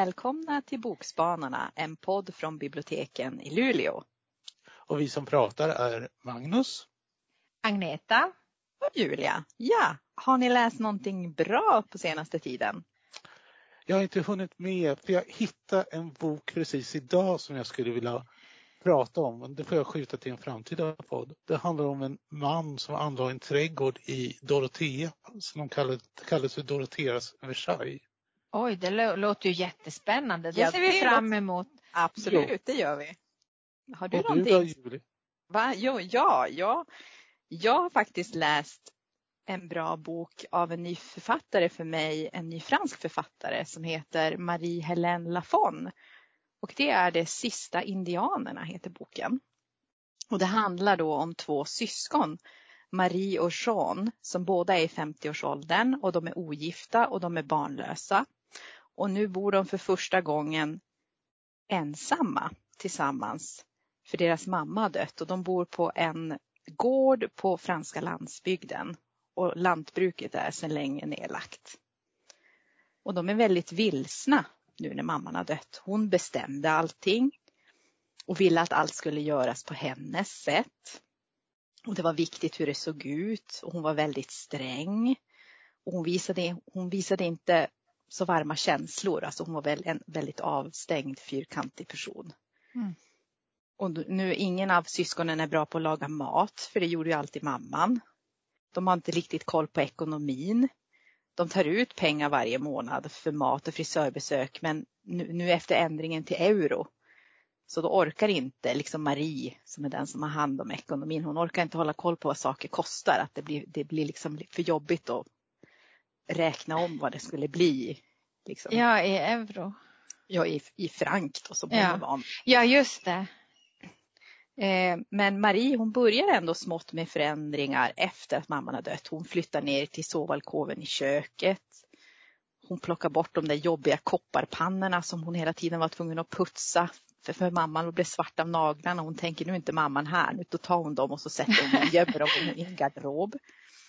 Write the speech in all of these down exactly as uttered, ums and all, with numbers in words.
Välkomna till Bokspanarna, en podd från biblioteken i Luleå. Och vi som pratar är Magnus, Agneta och Julia. Ja, har ni läst någonting bra på senaste tiden? Jag har inte hunnit med, för jag hittade en bok precis idag som jag skulle vilja prata om. Men det får jag skjuta till en framtida podd. Det handlar om en man som anlade en trädgård i Dorotea som de kallade, kallades för Doroteas Versailles. Oj, det lå- låter ju jättespännande. Det Ja, ser vi det fram låter- emot. Absolut, Jo. det gör vi. Har du Och någonting? du då, Julie? Va? Jo, ja, ja. Jag har faktiskt läst en bra bok av en ny författare för mig, en ny fransk författare som heter Marie-Hélène Lafon. Och det är De sista indianerna heter boken. Och det handlar då om två syskon, Marie och Jean, som båda är i femtioårsåldern och de är ogifta och de är barnlösa. Och nu bor de för första gången ensamma tillsammans för deras mamma har dött. Och de bor på en gård på franska landsbygden och lantbruket är sedan länge nedlagt. Och de är väldigt vilsna nu när mamman har dött. Hon bestämde allting och ville att allt skulle göras på hennes sätt. Och det var viktigt hur det såg ut och hon var väldigt sträng. Och hon visade, hon visade inte så varma känslor. Alltså hon var väl en väldigt avstängd, fyrkantig person. Mm. Och nu ingen av syskonen är bra på att laga mat, för det gjorde ju alltid mamman. De har inte riktigt koll på ekonomin. De tar ut pengar varje månad för mat och frisörbesök, men nu, nu efter ändringen till euro så då orkar inte liksom Marie, som är den som har hand om ekonomin, hon orkar inte hålla koll på vad saker kostar. Att det blir, det blir liksom för jobbigt att räkna om vad det skulle bli. Liksom. Ja, i euro. Ja, i, i frank då, som hon Ja. är van. Ja, just det. Eh, men Marie, hon börjar ändå smått med förändringar efter att mamman har dött. Hon flyttar ner till sovalkoven i köket. Hon plockar bort de där jobbiga kopparpannorna som hon hela tiden var tvungen att putsa. För, för mamman blev svart av naglarna. Hon tänker nu är inte mamman här. Nu då tar hon dem och så sätter hon dem, gömmer dem i en garderob.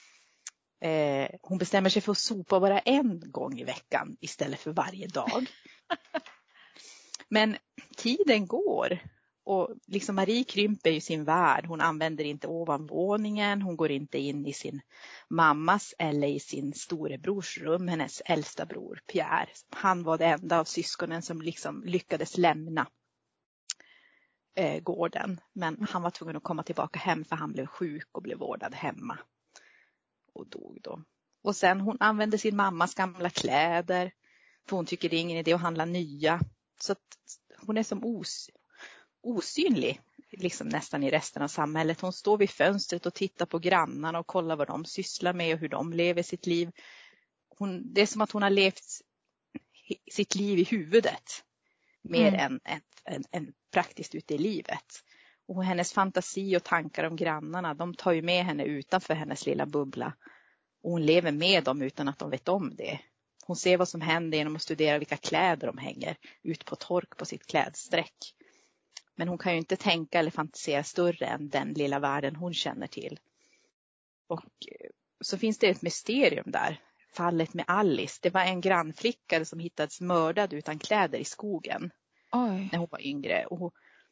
Eh, hon bestämmer sig för att sopa bara en gång i veckan istället för varje dag. Men tiden går. Och liksom Marie krymper ju sin värld. Hon använder inte ovanvåningen. Hon går inte in i sin mammas eller i sin storebrors rum. Hennes äldsta bror Pierre. Han var det enda av syskonen som liksom lyckades lämna eh, gården. Men han var tvungen att komma tillbaka hem för han blev sjuk och blev vårdad hemma. Och dog då. Och sen hon använder sin mammas gamla kläder. För hon tycker det är ingen idé att handla nya. Så att hon är som os... osynlig liksom nästan i resten av samhället. Hon står vid fönstret och tittar på grannarna och kollar vad de sysslar med och hur de lever sitt liv. Hon, det är som att hon har levt sitt liv i huvudet mer mm. än, än, än, än praktiskt ute i livet. Och hennes fantasi och tankar om grannarna, de tar ju med henne utanför hennes lilla bubbla. Och hon lever med dem utan att de vet om det. Hon ser vad som händer genom att studera vilka kläder de hänger ut på tork på sitt klädsträck. Men hon kan ju inte tänka eller fantisera större än den lilla världen hon känner till. Och så finns det ett mysterium där. Fallet med Alice. Det var en grannflicka som hittades mördad utan kläder i skogen. Oj. När hon var yngre. Och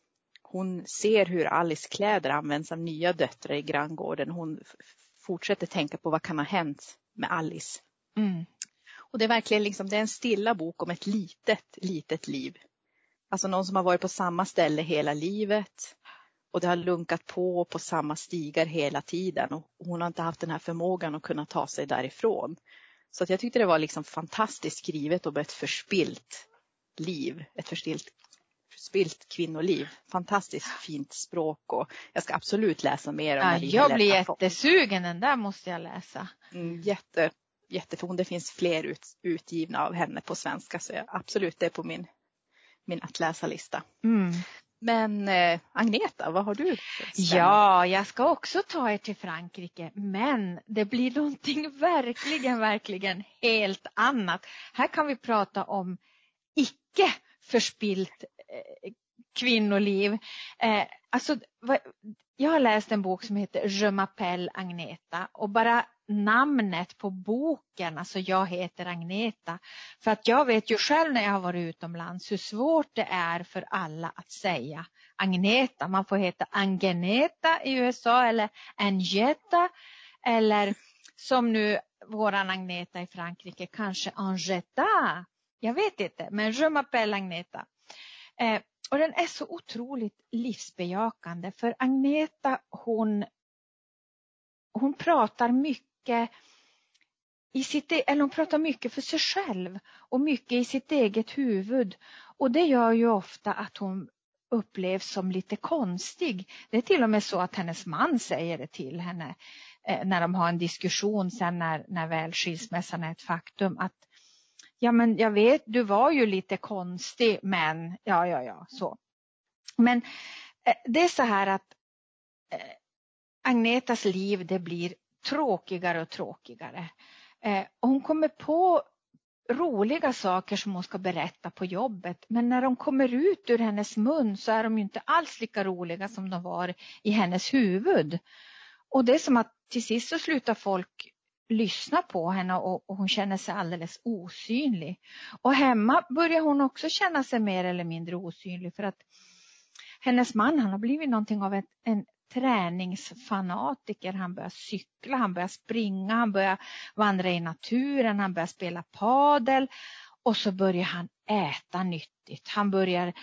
hon ser hur Alice kläder används av nya döttrar i granngården. Hon fortsätter tänka på vad kan ha hänt med Alice. Mm. Och det är verkligen liksom, det är en stilla bok om ett litet, litet liv. Alltså någon som har varit på samma ställe hela livet. Och det har lunkat på på samma stigar hela tiden. Och hon har inte haft den här förmågan att kunna ta sig därifrån. Så att jag tyckte det var liksom fantastiskt skrivet om ett förspilt liv. Ett förspilt, förspilt kvinnoliv. Fantastiskt fint språk. Och jag ska absolut läsa mer om ja, Marie Jag blir Lafon. jättesugen, den där måste jag läsa. Mm, jätte, jättefint. Det finns fler ut, utgivna av henne på svenska. Så jag, absolut, det är på min... min att läsa-lista. Mm. Men eh, Agneta, vad har du? Ja, jag ska också ta er till Frankrike. Men det blir någonting verkligen, verkligen helt annat. Här kan vi prata om icke förspilt eh, kvinnoliv. Eh, alltså, va, jag har läst en bok som heter Je m'appelle Agneta. Och bara namnet på boken, alltså Jag heter Agneta. För att jag vet ju själv när jag har varit utomlands hur svårt det är för alla att säga Agneta. Man får heta Angeneta i U S A eller Angeta eller som nu våran Agneta i Frankrike, kanske Angeta. Jag vet inte, men je m'appelle Agneta. Eh, och den är så otroligt livsbejakande för Agneta hon, hon pratar mycket i sitt, eller hon pratar mycket för sig själv och mycket i sitt eget huvud. Och det gör ju ofta att hon upplevs som lite konstig. Det är till och med så att hennes man säger det till henne eh, när de har en diskussion sen när, när väl skilsmässan är ett faktum att ja men jag vet du var ju lite konstig men ja ja ja så. Men eh, det är så här att eh, Agnetas liv det blir tråkigare och tråkigare. Eh, och hon kommer på roliga saker som hon ska berätta på jobbet. Men när de kommer ut ur hennes mun så är de ju inte alls lika roliga som de var i hennes huvud. Och det är som att till sist så slutar folk lyssna på henne och, och hon känner sig alldeles osynlig. Och hemma börjar hon också känna sig mer eller mindre osynlig för att hennes man han har blivit någonting av ett, en träningsfanatiker. Han börjar cykla, han börjar springa, han börjar vandra i naturen, han börjar spela padel och så börjar han äta nyttigt. Han börjar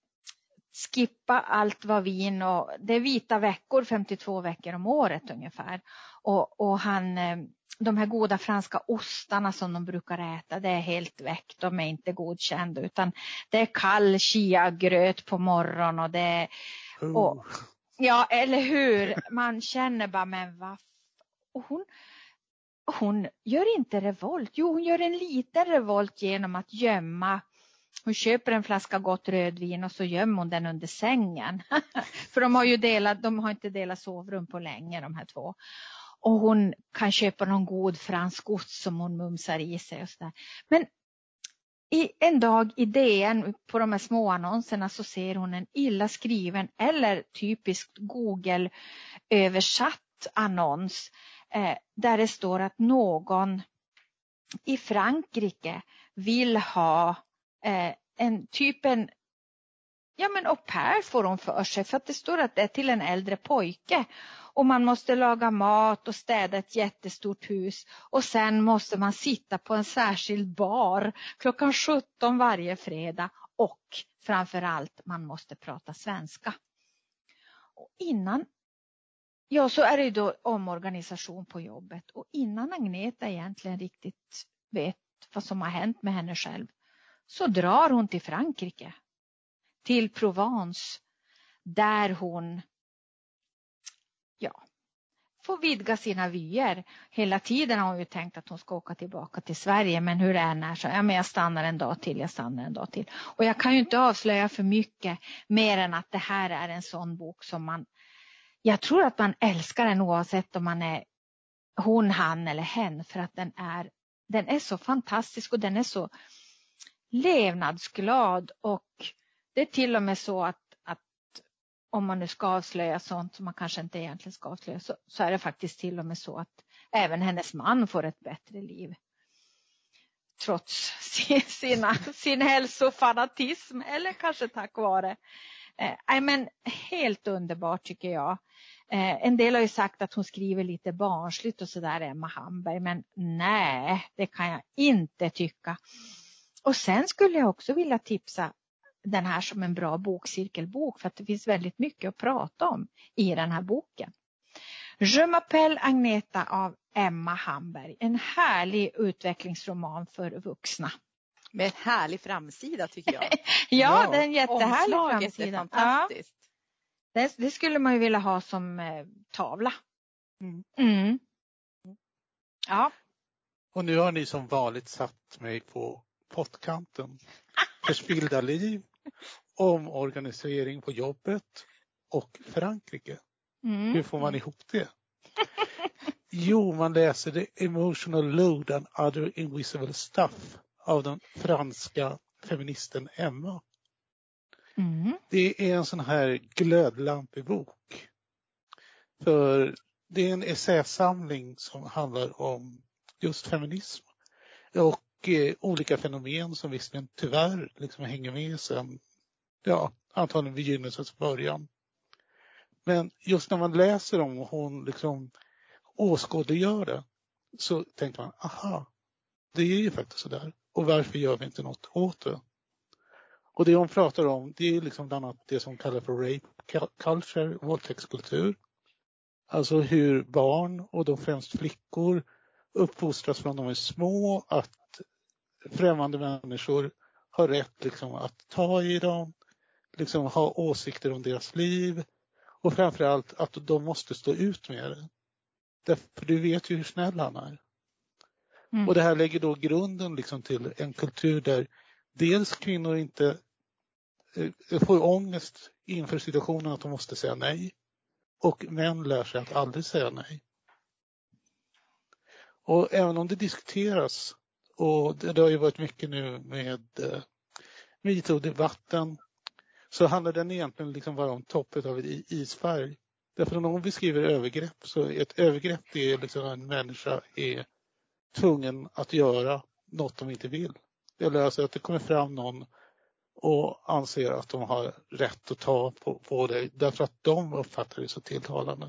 skippa allt vad vin och det är vita veckor, femtiotvå veckor om året ungefär. Och, och han, de här goda franska ostarna som de brukar äta, det är helt väck, de är inte godkända utan det är kall chia-gröt på morgonen och det är och, ja, eller hur? Man känner bara, men vad? Och hon, hon gör inte revolt. Jo, hon gör en liten revolt genom att gömma. Hon köper en flaska gott rödvin och så gömmer hon den under sängen. För de har ju delat, de har inte delat sovrum på länge de här två. Och hon kan köpa någon god fransk ost som hon mumsar i sig och sådär. Men i en dag i D N på de här små annonserna så ser hon en illa skriven eller typiskt Google översatt annons eh, där det står att någon i Frankrike vill ha eh, en typ en ja men au pair får hon för sig för att det står att det är till en äldre pojke. Och man måste laga mat och städa ett jättestort hus. Och sen måste man sitta på en särskild bar klockan sjutton varje fredag. Och framförallt man måste prata svenska. Och innan, ja så är det ju då omorganisation på jobbet. Och innan Agneta egentligen riktigt vet vad som har hänt med henne själv. Så drar hon till Frankrike. Till Provence. Där hon ja, får vidga sina vyer. Hela tiden har hon ju tänkt att hon ska åka tillbaka till Sverige. Men hur är det så? Ja, men jag stannar en dag till, jag stannar en dag till. Och jag kan ju inte avslöja för mycket mer än att det här är en sån bok som man... Jag tror att man älskar den oavsett om man är hon, han eller hen. För att den är, den är så fantastisk och den är så levnadsglad. Och det är till och med så att om man nu ska avslöja sånt som man kanske inte egentligen ska avslöja så, så är det faktiskt till och med så att även hennes man får ett bättre liv. Trots sin, sina, sin hälsofanatism eller kanske tack vare. Eh, men helt underbart tycker jag. Eh, en del har ju sagt att hon skriver lite barnsligt och sådär Emma Hamberg. Men nej, det kan jag inte tycka. Och sen skulle jag också vilja tipsa den här som en bra bokcirkelbok för att det finns väldigt mycket att prata om i den här boken. Je m'appelle Agneta av Emma Hamberg. En härlig utvecklingsroman för vuxna. Med en härlig framsida tycker jag. ja, ja, det är en jättehärlig framsida. Är fantastiskt. Ja, det, det skulle man ju vilja ha som eh, tavla. Mm. Mm. Ja. Och nu har ni som vanligt satt mig på pottkanten. Förspillda liv, omorganisering på jobbet och Frankrike. Mm. Hur får man ihop det? Jo, man läser The Emotional Load and Other Invisible Stuff av den franska feministen Emma. Mm. Det är en sån här glödlampebok. För det är en essäsamling som handlar om just feminism och eh, olika fenomen som visserligen tyvärr liksom hänger med sen, ja, antagligen begynnelsens början. Men just när man läser om och hon liksom åskådliggör det, så tänker man, aha, det är ju faktiskt så där. Och varför gör vi inte något åt det? Och det hon pratar om, det är liksom bland annat det som kallas för rape culture, våldtäktskultur. Alltså hur barn, och då främst flickor, uppfostras från de är små, att främmande människor har rätt liksom att ta i dem, liksom ha åsikter om deras liv, och framförallt att de måste stå ut med det. Därför du vet ju hur snäll han är. Mm. Och det här lägger då grunden liksom till en kultur där dels kvinnor inte eh, får ångest inför situationen att de måste säga nej. Och män lär sig att aldrig säga nej. Och även om det diskuteras, och det, det har ju varit mycket nu med eh, MeToo-debatten, så handlar den egentligen liksom bara om toppet av ett isberg. Därför om någon beskriver övergrepp, så ett övergrepp det är liksom en människa är tvungen att göra något de inte vill. Eller alltså att det kommer fram någon och anser att de har rätt att ta på, på det därför att de uppfattar det så tilltalande.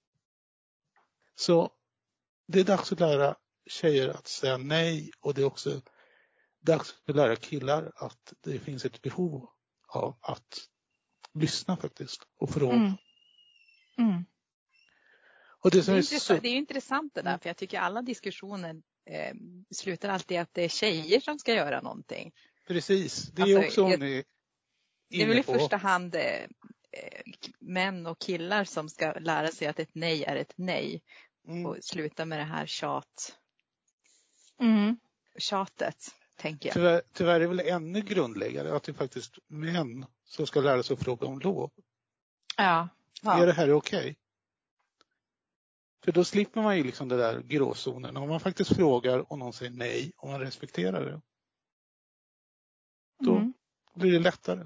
Så det är dags att lära tjejer att säga nej, och det är också dags att lära killar att det finns ett behov av att lyssna faktiskt och fråga. Mm. Mm. Och det, som det, är är så... det är ju intressant det där, för jag tycker alla diskussioner eh, slutar alltid att det är tjejer som ska göra någonting. Precis, det är alltså, också hon är det är väl i första hand eh, män och killar som ska lära sig att ett nej är ett nej. Mm. Och sluta med det här tjat. Mm. Tjatet, tänker jag. Tyvärr, tyvärr är det väl ännu grundläggande att det är faktiskt män som ska lära sig att fråga om lov. Ja. ja. Är det här okej? Okay? För då slipper man ju liksom det där gråzonen. Om man faktiskt frågar och någon säger nej och man respekterar det, då mm. blir det lättare.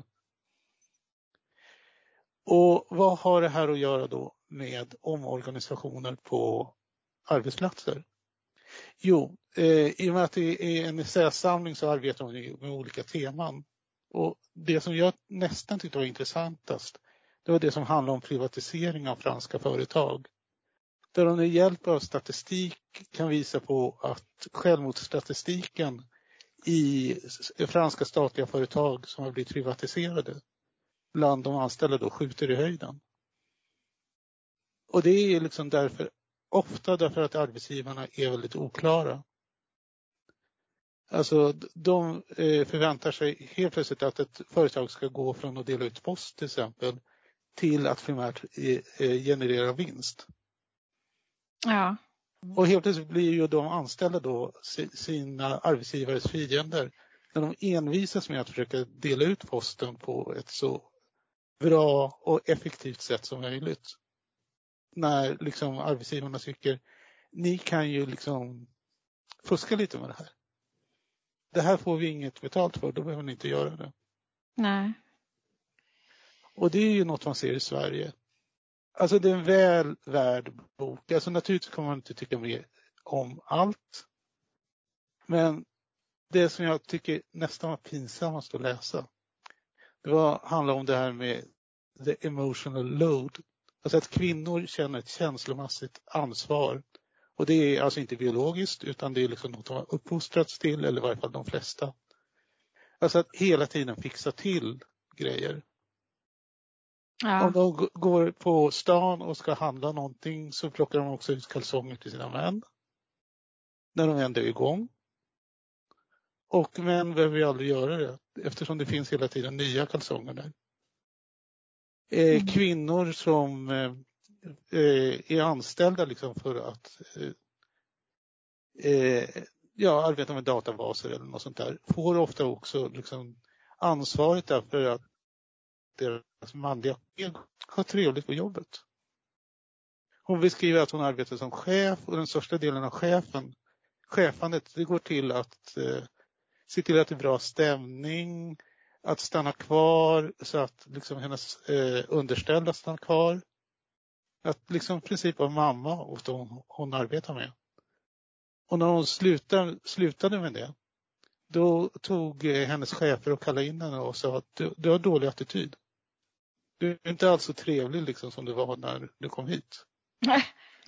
Och vad har det här att göra då med omorganisationer på arbetsplatser? Jo, eh, i och med att det är en essäsamling så arbetar man med olika teman. Och det som jag nästan tyckte var intressantast, det var det som handlar om privatisering av franska företag. Där de med hjälp av statistik kan visa på att självmordsstatistiken i franska statliga företag som har blivit privatiserade bland de anställda då skjuter i höjden. Och det är liksom därför, ofta därför att arbetsgivarna är väldigt oklara. Alltså de förväntar sig helt plötsligt att ett företag ska gå från att dela ut post till exempel till att primärt generera vinst. Ja. Och helt plötsligt blir ju de anställda då sina arbetsgivares fiender när de envisas med att försöka dela ut posten på ett så bra och effektivt sätt som möjligt. När liksom arbetsgivarna tycker, ni kan ju liksom fuska lite med det här. Det här får vi inget betalt för, då behöver ni inte göra det. Nej. Och det är ju något man ser i Sverige. Alltså det är en väl värd bok. Alltså naturligtvis kommer man inte tycka mer om allt. Men det som jag tycker nästan var pinsammast att läsa, det var, handlar om det här med the emotional load. Alltså att kvinnor känner ett känslomässigt ansvar. Och det är alltså inte biologiskt, utan det är liksom något de har uppfostrats till, eller i varje fall de flesta. Alltså att hela tiden fixa till grejer. Ja. Om de går på stan och ska handla någonting så plockar de också ut kalsonger till sina män. När de ändå är igång. Och män behöver ju aldrig göra det eftersom det finns hela tiden nya kalsonger där. Eh, mm. Kvinnor som eh, är anställda liksom för att eh, ja, arbeta med databaser eller något sånt där får ofta också liksom ansvaret därför att deras manliga har trevligt på jobbet. Hon beskriver att hon arbetar som chef och den största delen av chefen, chefandet, det går till att eh, se till att det är bra stämning, att stanna kvar så att liksom hennes eh, underställda stannar kvar. Att liksom i princip vara mamma åt hon, hon arbetar med. Och när hon slutar, slutade med det, då tog hennes chefer och kallade in henne och sa att du, du har dålig attityd. Du är inte alls så trevlig liksom som du var när du kom hit. Nej.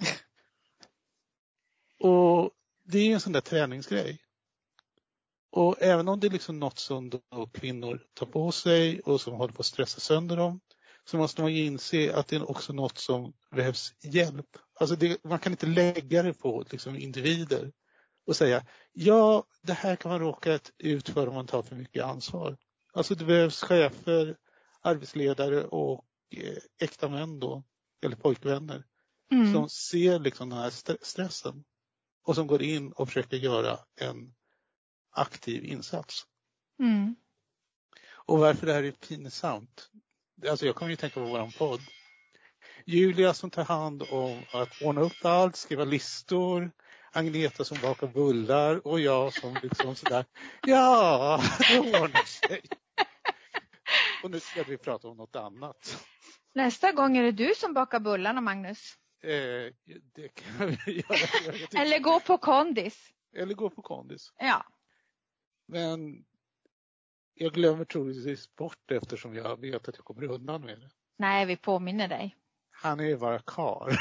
Och det är en sån där träningsgrej. Och även om det är liksom något som då kvinnor tar på sig och som håller på att stressa sönder dem, så måste man ju inse att det är också något som behövs hjälp. Alltså det, man kan inte lägga det på liksom individer och säga, ja, det här kan man råka ut för om man tar för mycket ansvar. Alltså det behövs chefer, arbetsledare och eh, äkta män då, eller pojkvänner, mm. som ser liksom den här st- stressen och som går in och försöker göra en aktiv insats. Mm. Och varför det här är pinsamt, alltså jag kommer ju tänka på våran podd. Julia som tar hand om att ordna upp allt, skriva listor, Agneta som bakar bullar och jag som liksom sådär, ja, det ordnar sig. Och nu ska vi prata om något annat. Nästa gång är det du som bakar bullarna, Magnus. Eh, det kan vi göra. Eller gå på kondis. Eller gå på kondis. Ja. Men jag glömmer troligtvis bort eftersom jag vet att jag kommer undan med det. Nej, vi påminner dig. Han är ju bara kar.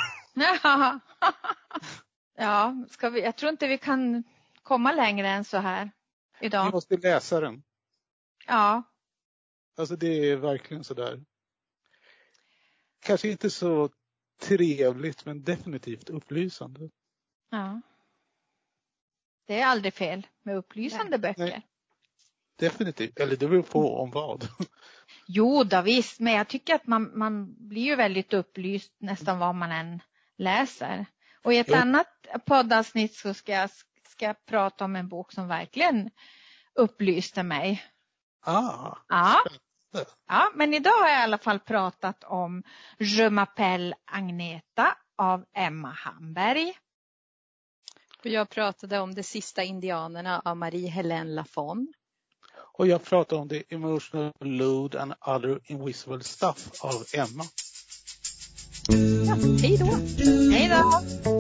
Ja, ska vi, jag tror inte vi kan komma längre än så här idag. Vi måste läsa den. Ja. Alltså det är verkligen så där. Kanske inte så trevligt men definitivt upplysande. Ja. Det är aldrig fel med upplysande Nej. böcker. Nej. Definitivt, eller det beror på om vad. Jo då visst, men jag tycker att man, man blir ju väldigt upplyst nästan vad man än läser. Och i ett jo. annat poddavsnitt så ska jag, ska jag prata om en bok som verkligen upplyste mig. Ah, ja. ja, men idag har jag i alla fall pratat om Je m'appelle Agneta av Emma Hamberg. Och jag pratade om De sista indianerna av Marie-Hélène Lafon. Och jag pratade om The Emotional Load and Other Invisible Stuff av Emma. Ja, hej då! Hej då!